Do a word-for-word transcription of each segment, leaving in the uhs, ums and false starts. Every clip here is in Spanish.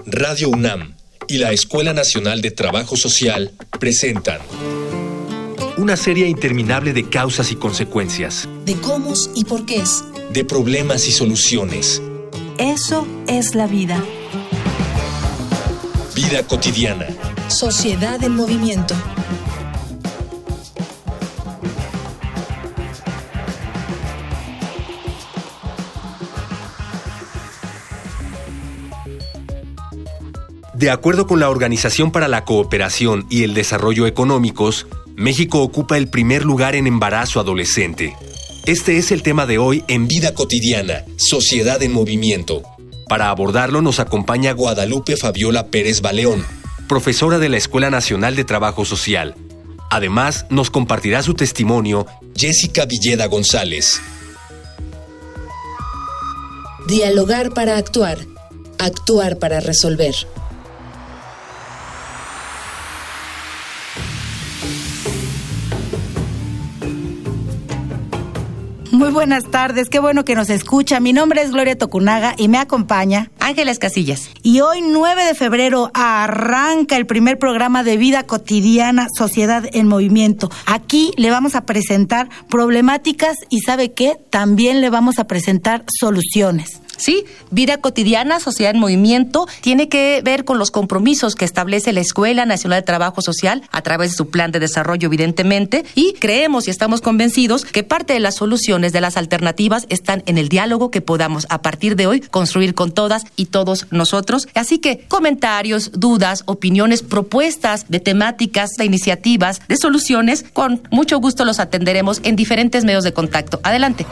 Radio UNAM y la Escuela Nacional de Trabajo Social presentan una serie interminable de causas y consecuencias, de cómo y por qué es, de problemas y soluciones. Eso es la vida. Vida cotidiana. Sociedad en movimiento. De acuerdo con la Organización para la Cooperación y el Desarrollo Económicos, México ocupa el primer lugar en embarazo adolescente. Este es el tema de hoy en Vida Cotidiana, Sociedad en Movimiento. Para abordarlo nos acompaña Guadalupe Fabiola Pérez Baleón, profesora de la Escuela Nacional de Trabajo Social. Además, nos compartirá su testimonio Jessica Villeda González. Dialogar para actuar. Actuar para resolver. Muy buenas tardes, qué bueno que nos escucha. Mi nombre es Gloria Tocunaga y me acompaña Ángeles Casillas. Y hoy, nueve de febrero, arranca el primer programa de Vida Cotidiana, Sociedad en Movimiento. Aquí le vamos a presentar problemáticas y ¿sabe qué? También le vamos a presentar soluciones. Sí, Vida Cotidiana, Sociedad en Movimiento, tiene que ver con los compromisos que establece la Escuela Nacional de Trabajo Social a través de su plan de desarrollo, evidentemente, y creemos y estamos convencidos que parte de las soluciones, de las alternativas, están en el diálogo que podamos a partir de hoy construir con todas y todos nosotros. Así que comentarios, dudas, opiniones, propuestas de temáticas, de iniciativas, de soluciones, con mucho gusto los atenderemos en diferentes medios de contacto. Adelante.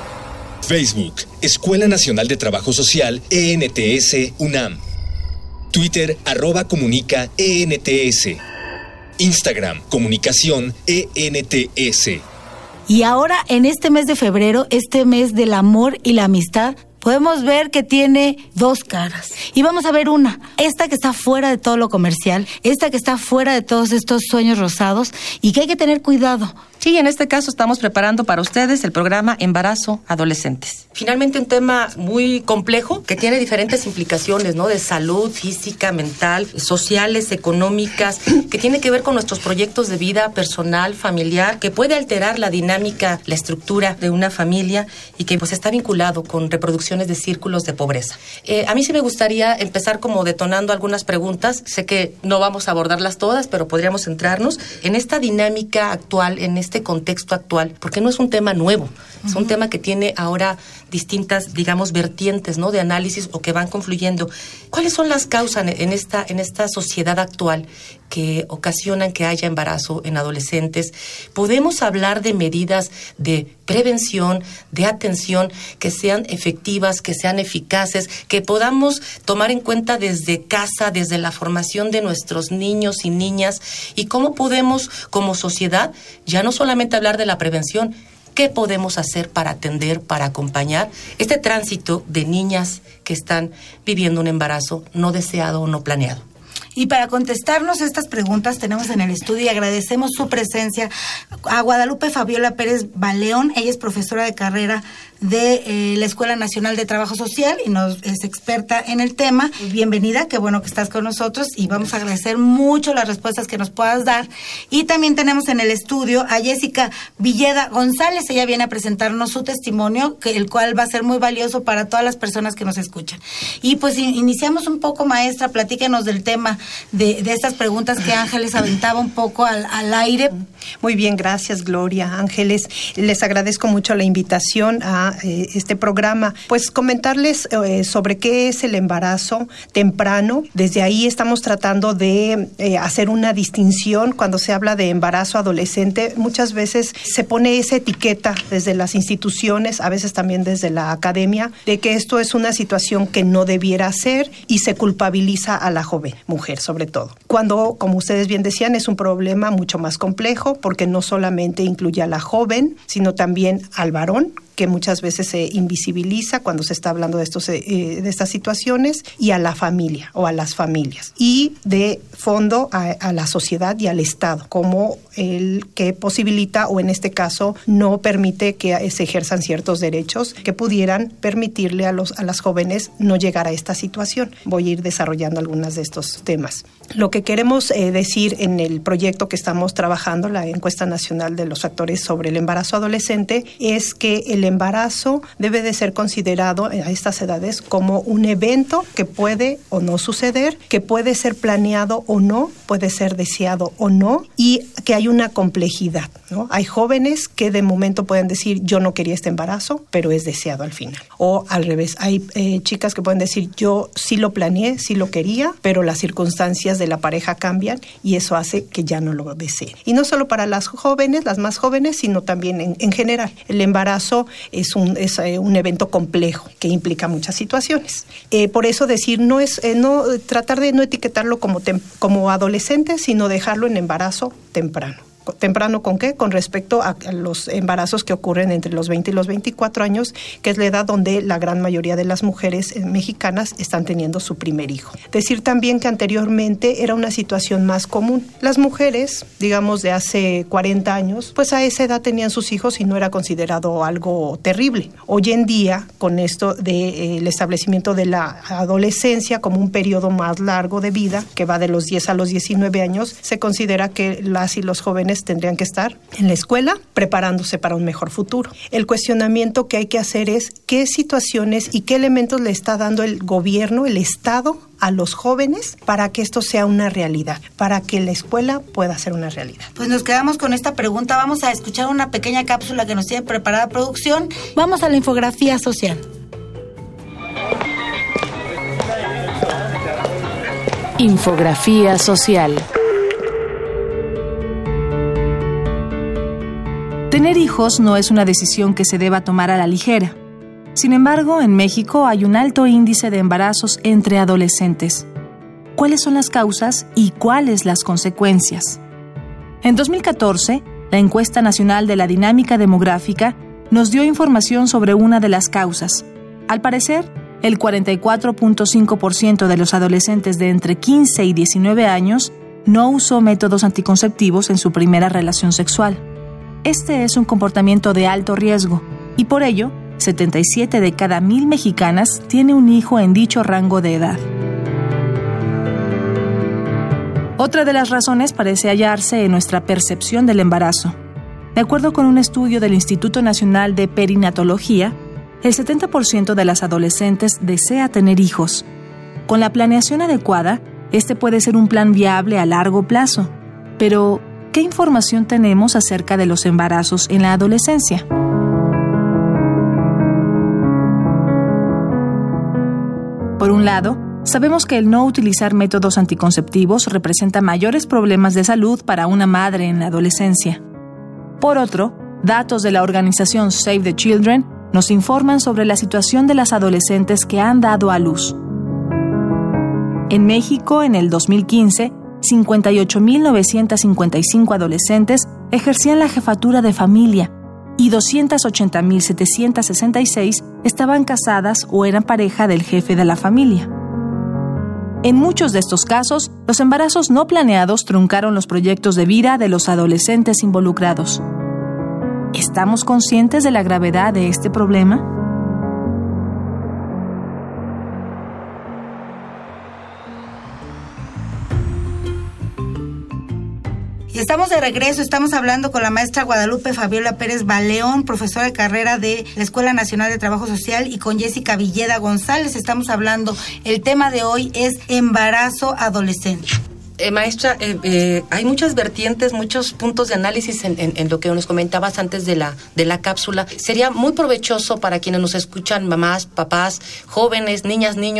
Facebook, Escuela Nacional de Trabajo Social, E N T S, UNAM. Twitter, arroba comunica, E N T S. Instagram, comunicación, E N T S. Y ahora, en este mes de febrero, este mes del amor y la amistad, podemos ver que tiene dos caras. Y vamos a ver una, esta que está fuera de todo lo comercial, esta que está fuera de todos estos sueños rosados y que hay que tener cuidado. Sí, en este caso estamos preparando para ustedes el programa Embarazo Adolescentes. Finalmente un tema muy complejo que tiene diferentes implicaciones, ¿no? De salud, física, mental, sociales, económicas, que tiene que ver con nuestros proyectos de vida personal, familiar, que puede alterar la dinámica, la estructura de una familia y que pues está vinculado con reproducciones de círculos de pobreza. Eh, a mí sí me gustaría empezar como detonando algunas preguntas. Sé que no vamos a abordarlas todas, pero podríamos centrarnos en esta dinámica actual, en este este contexto actual, porque no es un tema nuevo, es un uh-huh. tema que tiene ahora distintas, digamos, vertientes, ¿no? De análisis o que van confluyendo. ¿Cuáles son las causas en esta, en esta sociedad actual que ocasionan que haya embarazo en adolescentes? ¿Podemos hablar de medidas de prevención, de atención, que sean efectivas, que sean eficaces, que podamos tomar en cuenta desde casa, desde la formación de nuestros niños y niñas? ¿Y cómo podemos, como sociedad, ya no solamente hablar de la prevención, qué podemos hacer para atender, para acompañar este tránsito de niñas que están viviendo un embarazo no deseado o no planeado? Y para contestarnos estas preguntas tenemos en el estudio y agradecemos su presencia a Guadalupe Fabiola Pérez Baleón. Ella es profesora de carrera de eh, la Escuela Nacional de Trabajo Social y nos es experta en el tema. Bienvenida, qué bueno que estás con nosotros y vamos a agradecer mucho las respuestas que nos puedas dar. Y también tenemos en el estudio a Jessica Villeda González. Ella viene a presentarnos su testimonio, que, el cual va a ser muy valioso para todas las personas que nos escuchan. Y pues in, iniciamos un poco, maestra, platíquenos del tema de, de estas preguntas que Ángeles aventaba un poco al, al aire. Muy bien, gracias Gloria. Ángeles, les agradezco mucho la invitación a eh, este programa. Pues comentarles eh, sobre qué es el embarazo temprano. Desde ahí estamos tratando de eh, hacer una distinción cuando se habla de embarazo adolescente. Muchas veces se pone esa etiqueta desde las instituciones, a veces también desde la academia, de que esto es una situación que no debiera ser y se culpabiliza a la joven mujer, sobre todo. Cuando, como ustedes bien decían, es un problema mucho más complejo porque no solamente incluye a la joven, sino también al varón, que muchas veces se invisibiliza cuando se está hablando de, estos, eh, de estas situaciones, y a la familia o a las familias. Y de fondo a, a la sociedad y al Estado, como el que posibilita, o en este caso no permite que se ejerzan ciertos derechos que pudieran permitirle a, los, a las jóvenes no llegar a esta situación. Voy a ir desarrollando algunos de estos temas. Lo que queremos eh, decir en el proyecto que estamos trabajando, la encuesta nacional de los factores sobre el embarazo adolescente, es que el embarazo debe de ser considerado a estas edades como un evento que puede o no suceder, que puede ser planeado o no, puede ser deseado o no, y que hay una complejidad, ¿no? Hay jóvenes que de momento pueden decir, yo no quería este embarazo, pero es deseado al final. O al revés, hay eh, chicas que pueden decir, yo sí lo planeé, sí lo quería, pero las circunstancias de la pareja cambian y eso hace que ya no lo deseen. Y no solo para las jóvenes, las más jóvenes, sino también en, en general. El embarazo es un, es, eh, un evento complejo que implica muchas situaciones. Eh, por eso decir, no es eh, no tratar de no etiquetarlo como, tem, como adolescente, sino dejarlo en embarazo temprano. ¿Temprano con qué? Con respecto a los embarazos que ocurren entre los veinte y los veinticuatro años, que es la edad donde la gran mayoría de las mujeres mexicanas están teniendo su primer hijo. Decir también que anteriormente era una situación más común. Las mujeres, digamos de hace cuarenta años, pues a esa edad tenían sus hijos y no era considerado algo terrible. Hoy en día, con esto del de, eh, establecimiento de la adolescencia como un periodo más largo de vida, que va de los diez a los diecinueve años, se considera que las y los jóvenes tendrían que estar en la escuela preparándose para un mejor futuro. El cuestionamiento que hay que hacer es qué situaciones y qué elementos le está dando el gobierno, el Estado, a los jóvenes para que esto sea una realidad, para que la escuela pueda ser una realidad. Pues nos quedamos con esta pregunta. Vamos a escuchar una pequeña cápsula que nos tiene preparada producción. Vamos a la infografía social. Infografía social. Tener hijos no es una decisión que se deba tomar a la ligera. Sin embargo, en México hay un alto índice de embarazos entre adolescentes. ¿Cuáles son las causas y cuáles las consecuencias? En dos mil catorce, la Encuesta Nacional de la Dinámica Demográfica nos dio información sobre una de las causas. Al parecer, el cuarenta y cuatro punto cinco por ciento de los adolescentes de entre quince y diecinueve años no usó métodos anticonceptivos en su primera relación sexual. Este es un comportamiento de alto riesgo y por ello, setenta y siete de cada mil mexicanas tiene un hijo en dicho rango de edad. Otra de las razones parece hallarse en nuestra percepción del embarazo. De acuerdo con un estudio del Instituto Nacional de Perinatología, el setenta por ciento de las adolescentes desea tener hijos. Con la planeación adecuada, este puede ser un plan viable a largo plazo. Pero, ¿qué información tenemos acerca de los embarazos en la adolescencia? Por un lado, sabemos que el no utilizar métodos anticonceptivos representa mayores problemas de salud para una madre en la adolescencia. Por otro, datos de la organización Save the Children nos informan sobre la situación de las adolescentes que han dado a luz. En México, en el dos mil quince, cincuenta y ocho mil novecientos cincuenta y cinco adolescentes ejercían la jefatura de familia y doscientos ochenta mil setecientos sesenta y seis estaban casadas o eran pareja del jefe de la familia. En muchos de estos casos, los embarazos no planeados truncaron los proyectos de vida de los adolescentes involucrados. ¿Estamos conscientes de la gravedad de este problema? Y estamos de regreso, estamos hablando con la maestra Guadalupe Fabiola Pérez Baleón, profesora de carrera de la Escuela Nacional de Trabajo Social, y con Jessica Villeda González. Estamos hablando, el tema de hoy es embarazo adolescente. Eh, maestra, eh, eh, hay muchas vertientes, muchos puntos de análisis en, en, en lo que nos comentabas antes de la, de la cápsula. Sería muy provechoso para quienes nos escuchan, mamás, papás, jóvenes, niñas, niños,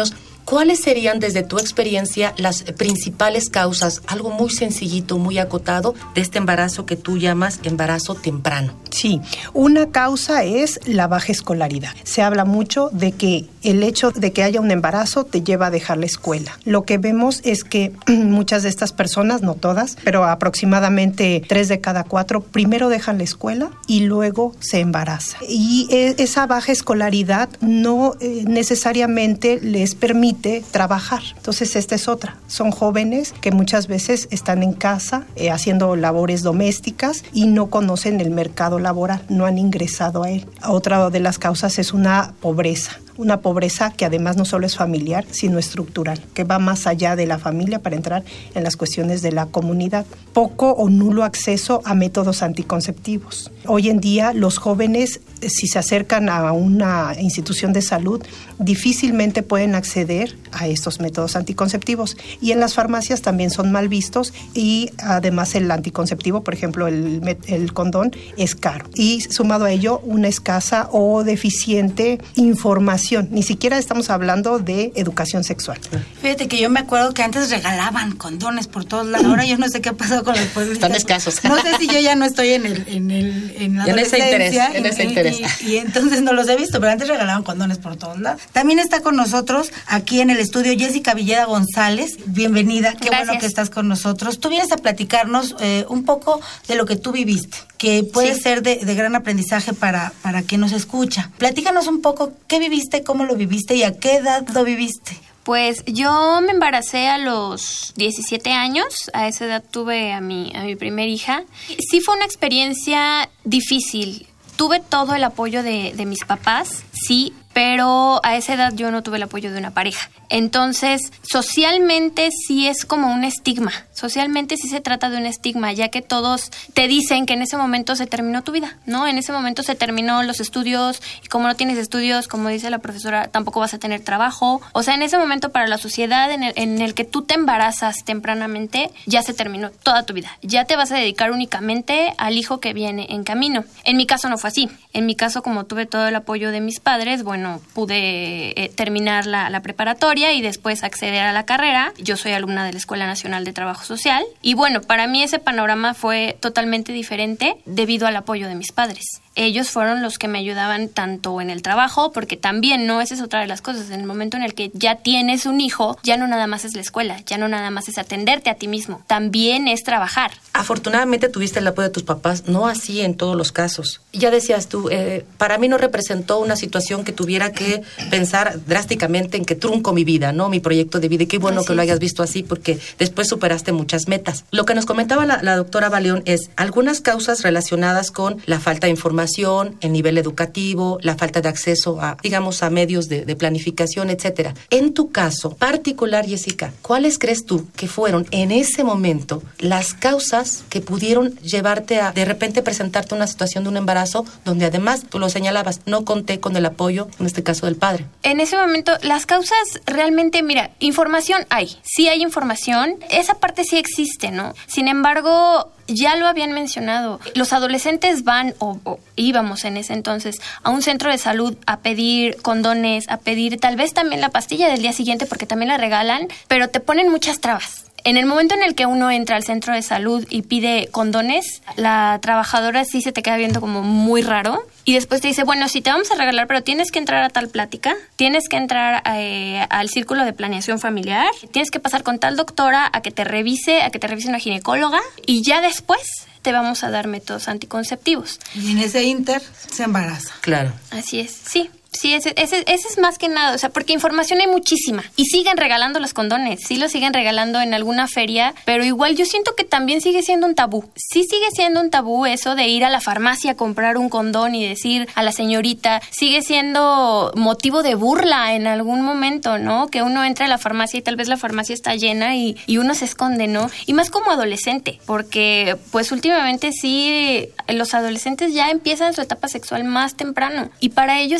¿Cuáles serían desde tu experiencia las principales causas, algo muy sencillito, muy acotado, de este embarazo que tú llamas embarazo temprano? Sí, una causa es la baja escolaridad. Se habla mucho de que el hecho de que haya un embarazo te lleva a dejar la escuela. Lo que vemos es que muchas de estas personas, no todas, pero aproximadamente tres de cada cuatro, primero dejan la escuela y luego se embarazan. Y esa baja escolaridad no eh, necesariamente les permite trabajar. Entonces esta es otra. Son jóvenes que muchas veces están en casa eh, haciendo labores domésticas y no conocen el mercado laboral, no han ingresado a él. Otra de las causas es una pobreza. Una pobreza que además no solo es familiar, sino estructural, que va más allá de la familia para entrar en las cuestiones de la comunidad. Poco o nulo acceso a métodos anticonceptivos. Hoy en día los jóvenes, si se acercan a una institución de salud, difícilmente pueden acceder a estos métodos anticonceptivos. Y en las farmacias también son mal vistos y además el anticonceptivo, por ejemplo, el, el condón, es caro. Y sumado a ello, una escasa o deficiente información. Ni siquiera estamos hablando de educación sexual. Fíjate que yo me acuerdo que antes regalaban condones por todos lados. Ahora yo no sé qué ha pasado con los pueblos. Están escasos. No sé si yo ya no estoy en el en el en la adolescencia. En ese interés. Y, y, y entonces no los he visto, pero antes regalaban condones por todos lados. También está con nosotros aquí en el estudio Jessica Villeda González. Bienvenida. Qué Gracias. Bueno que estás con nosotros. Tú vienes a platicarnos eh, un poco de lo que tú viviste, que puede sí. ser de, de gran aprendizaje para, para quien nos escucha. Platícanos un poco qué viviste, cómo lo viviste y a qué edad lo viviste. Pues yo me embaracé a los diecisiete años, a esa edad tuve a mi, a mi primer hija. Sí fue una experiencia difícil. Tuve todo el apoyo de, de mis papás, sí, pero a esa edad yo no tuve el apoyo de una pareja. Entonces, socialmente sí es como un estigma. Socialmente sí se trata de un estigma, ya que todos te dicen que en ese momento se terminó tu vida, ¿no? En ese momento se terminó los estudios, y como no tienes estudios, como dice la profesora, tampoco vas a tener trabajo. O sea, en ese momento para la sociedad en el, en el que tú te embarazas tempranamente, ya se terminó toda tu vida. Ya te vas a dedicar únicamente al hijo que viene en camino. En mi caso no fue así. En mi caso, como tuve todo el apoyo de mis padres, bueno, pude eh, terminar la, la preparatoria y después acceder a la carrera. Yo soy alumna de la Escuela Nacional de Trabajo Social. Y bueno, para mí ese panorama fue totalmente diferente debido al apoyo de mis padres. Ellos fueron los que me ayudaban tanto en el trabajo, porque también, ¿no? Esa es otra de las cosas. En el momento en el que ya tienes un hijo, ya no nada más es la escuela, ya no nada más es atenderte a ti mismo, también es trabajar. Afortunadamente tuviste el apoyo de tus papás, no así en todos los casos. Ya decías tú, eh, para mí no representó una situación que tuviera que pensar drásticamente en que trunco mi vida, ¿no? Mi proyecto de vida, y qué bueno así que lo hayas visto así, porque después superaste muchas metas. Lo que nos comentaba la, la doctora Baleón es algunas causas relacionadas con la falta de información, el nivel educativo, la falta de acceso a, digamos, a medios de, de planificación, etcétera. En tu caso particular, Jessica, ¿cuáles crees tú que fueron en ese momento las causas que pudieron llevarte a de repente presentarte una situación de un embarazo donde además, tú lo señalabas, no conté con el apoyo, en este caso del padre? En ese momento, las causas realmente, mira, información hay, sí hay información, esa parte sí existe, ¿no? Sin embargo, ya lo habían mencionado, los adolescentes van, o, o íbamos en ese entonces, a un centro de salud a pedir condones, a pedir tal vez también la pastilla del día siguiente, porque también la regalan, pero te ponen muchas trabas. En el momento en el que uno entra al centro de salud y pide condones, la trabajadora sí se te queda viendo como muy raro. Y después te dice, bueno, sí te vamos a regalar, pero tienes que entrar a tal plática, tienes que entrar eh, al círculo de planeación familiar, tienes que pasar con tal doctora a que te revise, a que te revise una ginecóloga, y ya después te vamos a dar métodos anticonceptivos. Y en ese inter se embaraza. Claro. Así es, sí. Sí, ese, ese, ese es más que nada, o sea, porque información hay muchísima. Y siguen regalando los condones, sí los siguen regalando en alguna feria, pero igual yo siento que también sigue siendo un tabú. Sí sigue siendo un tabú eso de ir a la farmacia a comprar un condón y decir a la señorita, sigue siendo motivo de burla en algún momento, ¿no? Que uno entra a la farmacia y tal vez la farmacia está llena y, y uno se esconde, ¿no? Y más como adolescente, porque pues últimamente sí, los adolescentes ya empiezan su etapa sexual más temprano y para ellos es motivo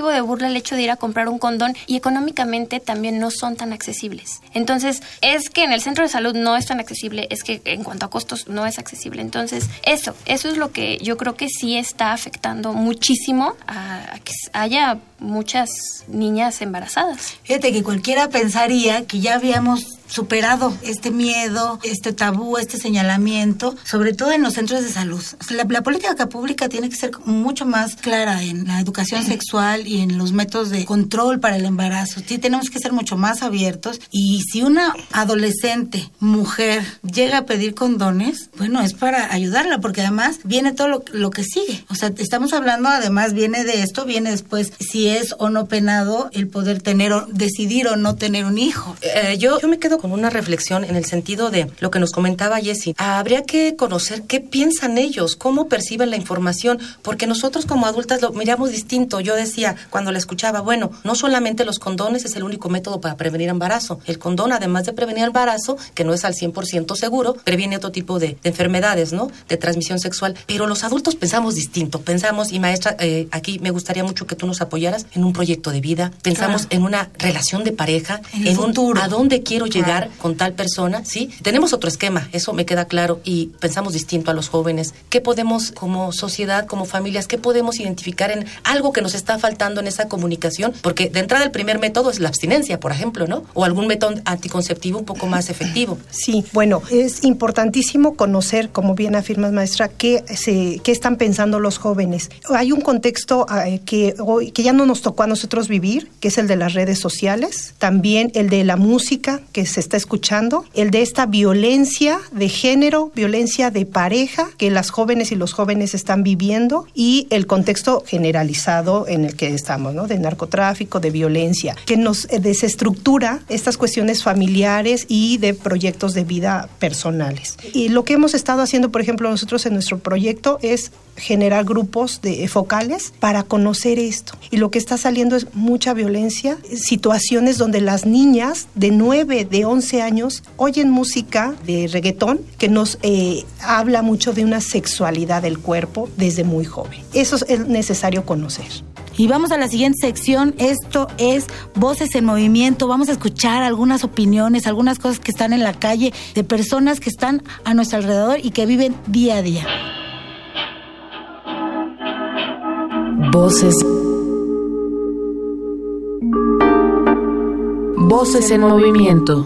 motivo de burla el hecho de ir a comprar un condón y económicamente también no son tan accesibles. Entonces, es que en el centro de salud no es tan accesible, es que en cuanto a costos no es accesible. Entonces, eso, eso es lo que yo creo que sí está afectando muchísimo a, a que haya muchas niñas embarazadas. Fíjate que cualquiera pensaría que ya habíamos superado este miedo, este tabú, este señalamiento, sobre todo en los centros de salud. La, la política pública tiene que ser mucho más clara en la educación sexual y en los métodos de control para el embarazo. Sí, tenemos que ser mucho más abiertos, y si una adolescente, mujer, llega a pedir condones, bueno, es para ayudarla, porque además viene todo lo, lo que sigue. O sea, estamos hablando, además viene de esto, viene después si es o no penado el poder tener o decidir o no tener un hijo. Eh, yo, yo me quedo con una reflexión en el sentido de lo que nos comentaba Jessie. Habría que conocer qué piensan ellos, cómo perciben la información, porque nosotros como adultas lo miramos distinto. Yo decía, cuando la escuchaba, bueno, no solamente los condones es el único método para prevenir embarazo. El condón, además de prevenir embarazo, que no es al cien por ciento seguro, previene otro tipo de, de enfermedades, ¿no? De transmisión sexual. Pero los adultos pensamos distinto. Pensamos, y maestra, eh, aquí me gustaría mucho que tú nos apoyaras en un proyecto de vida. Pensamos claro. en una relación de pareja, en, en un futuro. ¿A dónde quiero llegar claro. con tal persona? ¿Sí? Tenemos otro esquema, eso me queda claro, y pensamos distinto a los jóvenes. ¿Qué podemos, como sociedad, como familias, qué podemos identificar en algo que nos está faltando en esa comunicación? Porque de entrada el primer método es la abstinencia, por ejemplo, ¿no? O algún método anticonceptivo un poco más efectivo. Sí, bueno, es importantísimo conocer, como bien afirmas, maestra, qué, se, qué están pensando los jóvenes. Hay un contexto eh, que, hoy, que ya no nos tocó a nosotros vivir, que es el de las redes sociales, también el de la música que se está escuchando, el de esta violencia de género, violencia de pareja que las jóvenes y los jóvenes están viviendo, y el contexto generalizado en el que estamos, ¿no? De narcotráfico, de violencia, que nos desestructura estas cuestiones familiares y de proyectos de vida personales. Y lo que hemos estado haciendo, por ejemplo, nosotros en nuestro proyecto es generar grupos de focales para conocer esto. Y lo que está saliendo es mucha violencia, situaciones donde las niñas de nueve, de once años oyen música de reggaetón que nos eh, habla mucho de una sexualidad del cuerpo desde muy joven. Eso es necesario conocer. Y vamos a la siguiente sección. Esto es Voces en Movimiento. Vamos a escuchar algunas opiniones, algunas cosas que están en la calle de personas que están a nuestro alrededor y que viven día a día. Voces. Voces en Movimiento.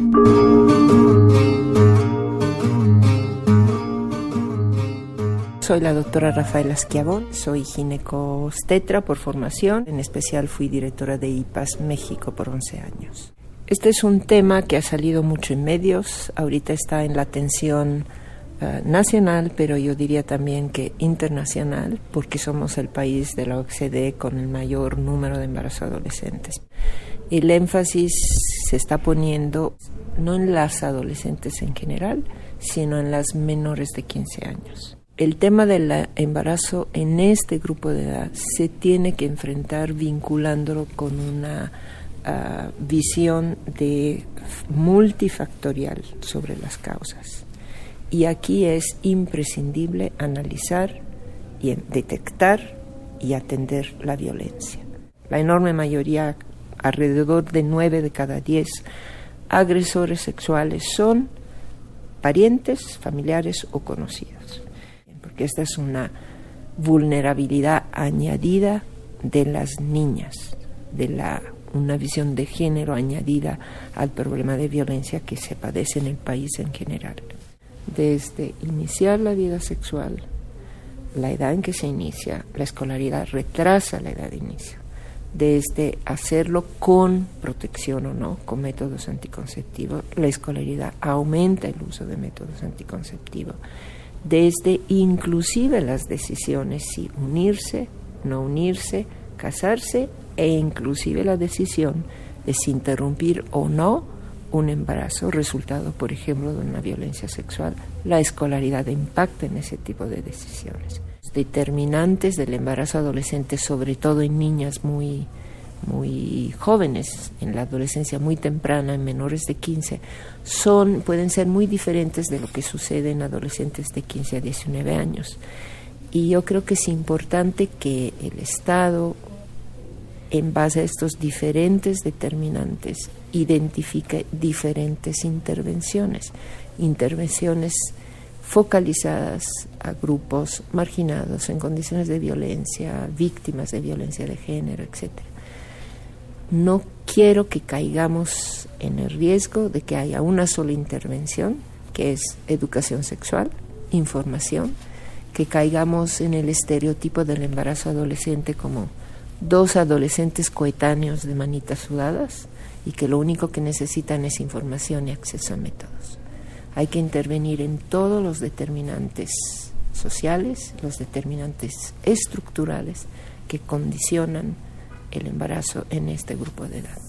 Soy la doctora Rafaela Schiavone, soy ginecobstetra por formación, en especial fui directora de I P A S México por once años. Este es un tema que ha salido mucho en medios, ahorita está en la atención uh, nacional, pero yo diría también que internacional, porque somos el país de la O C D E con el mayor número de embarazos adolescentes. El énfasis se está poniendo no en las adolescentes en general, sino en las menores de quince años. El tema del embarazo en este grupo de edad se tiene que enfrentar vinculándolo con una uh, visión de multifactorial sobre las causas. Y aquí es imprescindible analizar y detectar y atender la violencia. La enorme mayoría, alrededor de nueve de cada diez agresores sexuales, son parientes, familiares o conocidos. Porque esta es una vulnerabilidad añadida de las niñas, de la, una visión de género añadida al problema de violencia que se padece en el país en general. Desde iniciar la vida sexual, la edad en que se inicia, la escolaridad retrasa la edad de inicio. Desde hacerlo con protección o no, con métodos anticonceptivos, la escolaridad aumenta el uso de métodos anticonceptivos. Desde inclusive las decisiones si unirse, no unirse, casarse, e inclusive la decisión de si interrumpir o no un embarazo resultado, por ejemplo, de una violencia sexual. La escolaridad impacta en ese tipo de decisiones. Determinantes del embarazo adolescente, sobre todo en niñas muy, muy jóvenes, en la adolescencia muy temprana, en menores de quince, son, pueden ser muy diferentes de lo que sucede en adolescentes de quince a diecinueve años. Y yo creo que es importante que el Estado en base a estos diferentes determinantes, identifique diferentes intervenciones, intervenciones focalizadas a grupos marginados en condiciones de violencia, víctimas de violencia de género, etcétera. No quiero que caigamos en el riesgo de que haya una sola intervención, que es educación sexual, información, que caigamos en el estereotipo del embarazo adolescente como dos adolescentes coetáneos de manitas sudadas y que lo único que necesitan es información y acceso a métodos. Hay que intervenir en todos los determinantes sociales, los determinantes estructurales que condicionan el embarazo en este grupo de edad.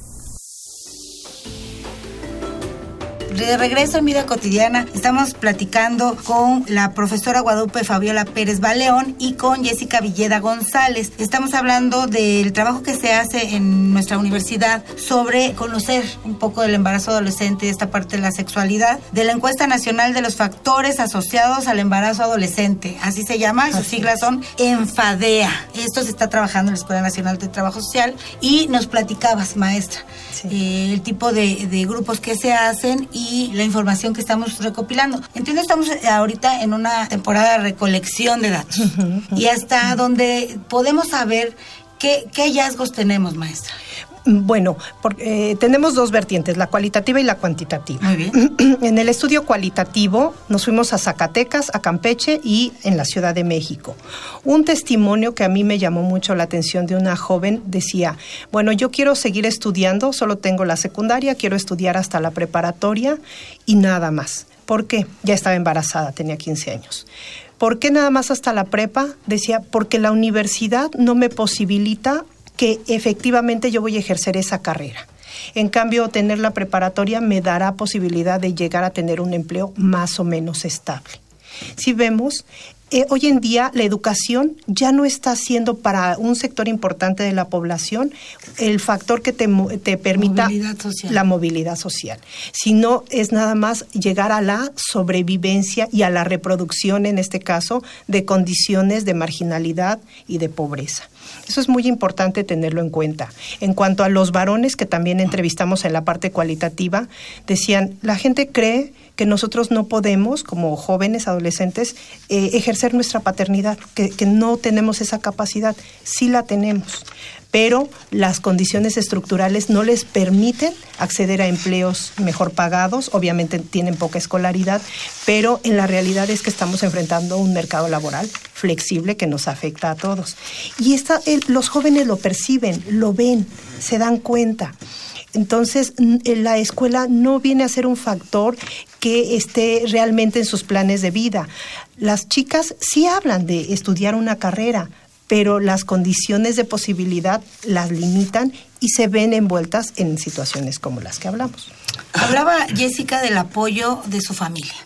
De regreso en Vida Cotidiana, estamos platicando con la profesora Guadalupe Fabiola Pérez Baleón y con Jessica Villeda González. Estamos hablando del trabajo que se hace en nuestra universidad sobre conocer un poco del embarazo adolescente, esta parte de la sexualidad, de la encuesta nacional de los factores asociados al embarazo adolescente. Así se llama, y sus siglas son ENFADEA. Esto se está trabajando en la Escuela Nacional de Trabajo Social y nos platicabas, maestra, sí. eh, el tipo de, de grupos que se hacen y y la información que estamos recopilando. Entiendo, estamos ahorita en una temporada de recolección de datos uh-huh, uh-huh. y hasta donde podemos saber qué, qué hallazgos tenemos, maestra. Bueno, porque, eh, tenemos dos vertientes, la cualitativa y la cuantitativa. Muy bien. En el estudio cualitativo nos fuimos a Zacatecas, a Campeche y en la Ciudad de México. Un testimonio que a mí me llamó mucho la atención de una joven decía, bueno, yo quiero seguir estudiando, solo tengo la secundaria, quiero estudiar hasta la preparatoria y nada más. ¿Por qué? Ya estaba embarazada, tenía quince años. ¿Por qué nada más hasta la prepa? Decía, porque la universidad no me posibilita que efectivamente yo voy a ejercer esa carrera. En cambio, tener la preparatoria me dará posibilidad de llegar a tener un empleo más o menos estable. Si vemos, eh, hoy en día la educación ya no está siendo para un sector importante de la población el factor que te, te permita movilidad social. La movilidad social, sino es nada más llegar a la sobrevivencia y a la reproducción, en este caso, de condiciones de marginalidad y de pobreza. Eso es muy importante tenerlo en cuenta. En cuanto a los varones que también entrevistamos en la parte cualitativa, decían, la gente cree que nosotros no podemos, como jóvenes, adolescentes, eh, ejercer nuestra paternidad, que, que no tenemos esa capacidad. Sí la tenemos, pero las condiciones estructurales no les permiten acceder a empleos mejor pagados. Obviamente tienen poca escolaridad, pero en la realidad es que estamos enfrentando un mercado laboral flexible que nos afecta a todos. Y esta, el, los jóvenes lo perciben, lo ven, se dan cuenta. Entonces, la escuela no viene a ser un factor que esté realmente en sus planes de vida. Las chicas sí hablan de estudiar una carrera, pero las condiciones de posibilidad las limitan y se ven envueltas en situaciones como las que hablamos. Hablaba Jessica del apoyo de su familia.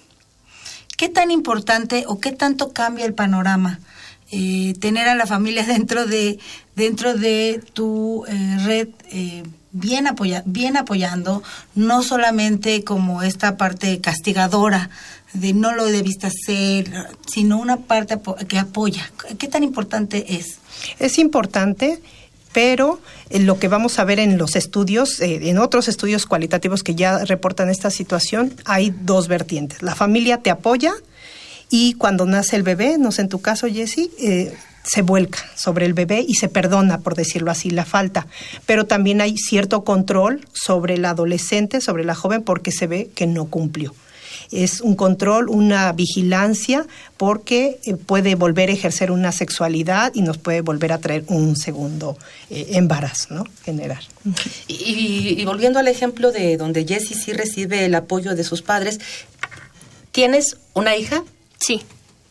¿Qué tan importante o qué tanto cambia el panorama eh, tener a la familia dentro de dentro de tu eh, red eh, bien apoya, bien apoyando, no solamente como esta parte castigadora de no lo debiste hacer, sino una parte que apoya? ¿Qué tan importante es? Es importante, pero lo que vamos a ver en los estudios, eh, en otros estudios cualitativos que ya reportan esta situación, hay dos vertientes. La familia te apoya y cuando nace el bebé, no sé en tu caso, Jessie, eh, se vuelca sobre el bebé y se perdona, por decirlo así, la falta. Pero también hay cierto control sobre el adolescente, sobre la joven, porque se ve que no cumplió. Es un control, una vigilancia, porque puede volver a ejercer una sexualidad y nos puede volver a traer un segundo eh, embarazo, ¿no? General. Y, y, y volviendo al ejemplo de donde Jessie sí recibe el apoyo de sus padres, ¿tienes una hija? Sí.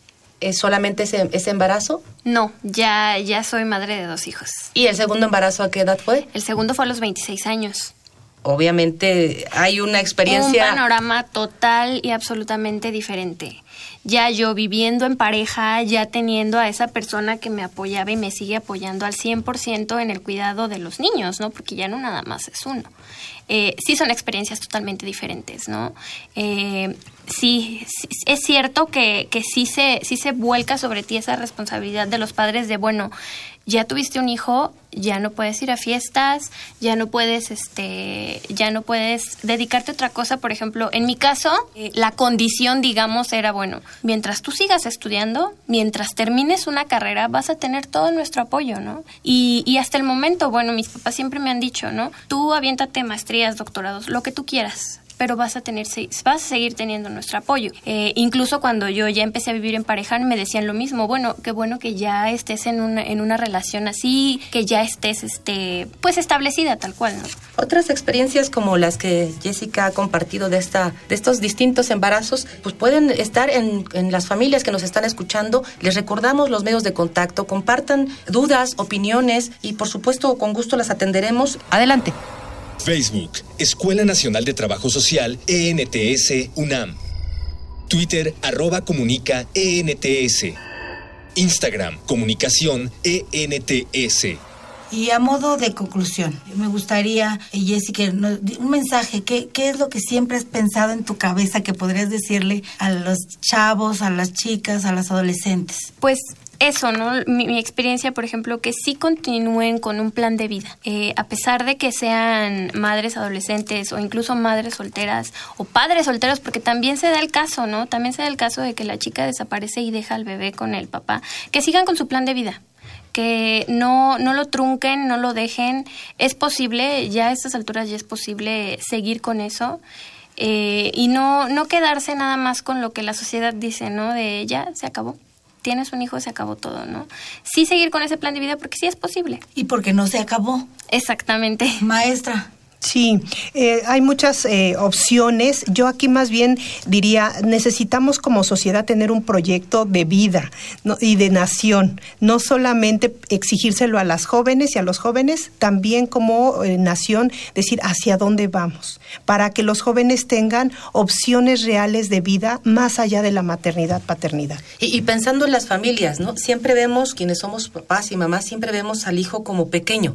¿Es solamente ese, ese embarazo? No, ya, ya soy madre de dos hijos. ¿Y el segundo embarazo a qué edad fue? El segundo fue a los veintiséis años. Obviamente hay una experiencia... Un panorama total y absolutamente diferente. Ya yo viviendo en pareja, ya teniendo a esa persona que me apoyaba y me sigue apoyando al cien por ciento en el cuidado de los niños, ¿no? Porque ya no nada más es uno. Eh, sí son experiencias totalmente diferentes, ¿no? Eh, sí, sí, es cierto que, que sí, se, sí se vuelca sobre ti esa responsabilidad de los padres de, bueno, ya tuviste un hijo, ya no puedes ir a fiestas, ya no puedes, este, ya no puedes dedicarte a otra cosa. Por ejemplo, en mi caso, eh, la condición, digamos, era, bueno, mientras tú sigas estudiando, mientras termines una carrera, vas a tener todo nuestro apoyo, ¿no? Y, y hasta el momento, bueno, mis papás siempre me han dicho, ¿no? Tú aviéntate maestrías, doctorados, lo que tú quieras, pero vas a tener, vas a seguir teniendo nuestro apoyo. Eh, incluso cuando yo ya empecé a vivir en pareja, me decían lo mismo. Bueno, qué bueno que ya estés en una, en una relación así, que ya estés, este, pues establecida tal cual, ¿no? Otras experiencias como las que Jessica ha compartido de esta, de estos distintos embarazos, pues pueden estar en, en las familias que nos están escuchando. Les recordamos los medios de contacto, compartan dudas, opiniones y por supuesto con gusto las atenderemos. Adelante. Facebook, Escuela Nacional de Trabajo Social, E N T S, UNAM. Twitter, arroba comunica, E N T S. Instagram, comunicación, E N T S. Y a modo de conclusión, me gustaría, Jessica, un mensaje. ¿Qué, ¿Qué es lo que siempre has pensado en tu cabeza que podrías decirle a los chavos, a las chicas, a las adolescentes? Pues eso, ¿no? Mi, mi experiencia, por ejemplo, que sí continúen con un plan de vida. Eh, a pesar de que sean madres adolescentes o incluso madres solteras o padres solteros, porque también se da el caso, ¿no? También se da el caso de que la chica desaparece y deja al bebé con el papá. Que sigan con su plan de vida. Que no, no lo trunquen, no lo dejen. Es posible, ya a estas alturas ya es posible seguir con eso. Eh, y no, no quedarse nada más con lo que la sociedad dice, ¿no? De ya, se acabó. Tienes un hijo, se acabó todo, ¿no? Sí seguir con ese plan de vida porque sí es posible. Y porque no se acabó. Exactamente. Maestra. Sí, eh, hay muchas eh, opciones. Yo aquí más bien diría, necesitamos como sociedad tener un proyecto de vida, ¿no? Y de nación, no solamente exigírselo a las jóvenes y a los jóvenes, también como eh, nación decir hacia dónde vamos, para que los jóvenes tengan opciones reales de vida más allá de la maternidad, paternidad. Y, y pensando en las familias, ¿no? Siempre vemos, quienes somos papás y mamás, siempre vemos al hijo como pequeño.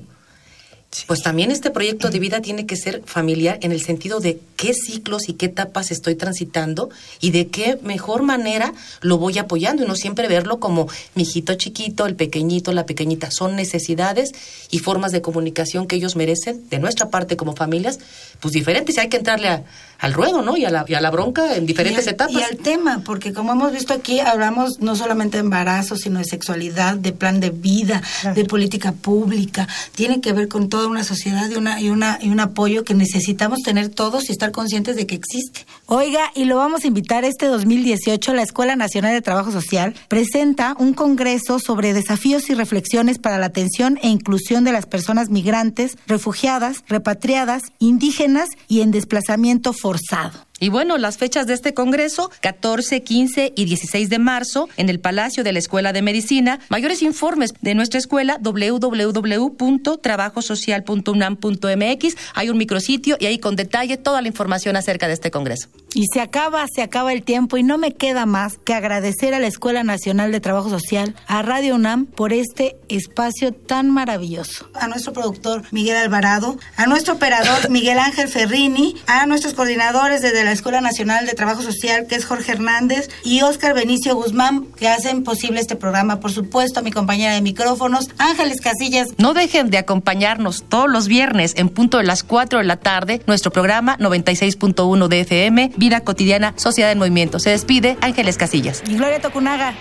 Pues también este proyecto de vida tiene que ser familiar en el sentido de qué ciclos y qué etapas estoy transitando y de qué mejor manera lo voy apoyando y no siempre verlo como mi hijito chiquito, el pequeñito, la pequeñita. Son necesidades y formas de comunicación que ellos merecen de nuestra parte como familias, pues diferentes. Y hay que entrarle a, al ruedo, ¿no? Y a, la, y a la bronca en diferentes y al, etapas. Y al tema, porque como hemos visto aquí, hablamos no solamente de embarazo, sino de sexualidad, de plan de vida, claro, de política pública. Tiene que ver con todo una sociedad y una y una y un apoyo que necesitamos tener todos y estar conscientes de que existe. Oiga, y lo vamos a invitar este dos mil dieciocho, la Escuela Nacional de Trabajo Social presenta un congreso sobre desafíos y reflexiones para la atención e inclusión de las personas migrantes, refugiadas, repatriadas, indígenas y en desplazamiento forzado. Y bueno, las fechas de este congreso, catorce, quince y dieciséis de marzo, en el Palacio de la Escuela de Medicina. Mayores informes de nuestra escuela, doble u doble u doble u punto trabajo social punto unam punto m x. Hay un micrositio y ahí con detalle toda la información acerca de este congreso. Y se acaba, se acaba el tiempo y no me queda más que agradecer a la Escuela Nacional de Trabajo Social, a Radio UNAM, por este espacio tan maravilloso. A nuestro productor Miguel Alvarado, a nuestro operador Miguel Ángel Ferrini, a nuestros coordinadores desde la Escuela Nacional de Trabajo Social, que es Jorge Hernández, y Óscar Benicio Guzmán, que hacen posible este programa. Por supuesto, a mi compañera de micrófonos, Ángeles Casillas. No dejen de acompañarnos todos los viernes en punto de las cuatro de la tarde, nuestro programa noventa y seis punto uno de F M, Vida Cotidiana, Sociedad en Movimiento. Se despide Ángeles Casillas. Y Gloria Tocunaga.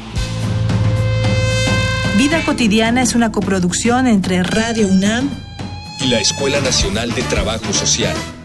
Vida Cotidiana es una coproducción entre Radio UNAM y la Escuela Nacional de Trabajo Social.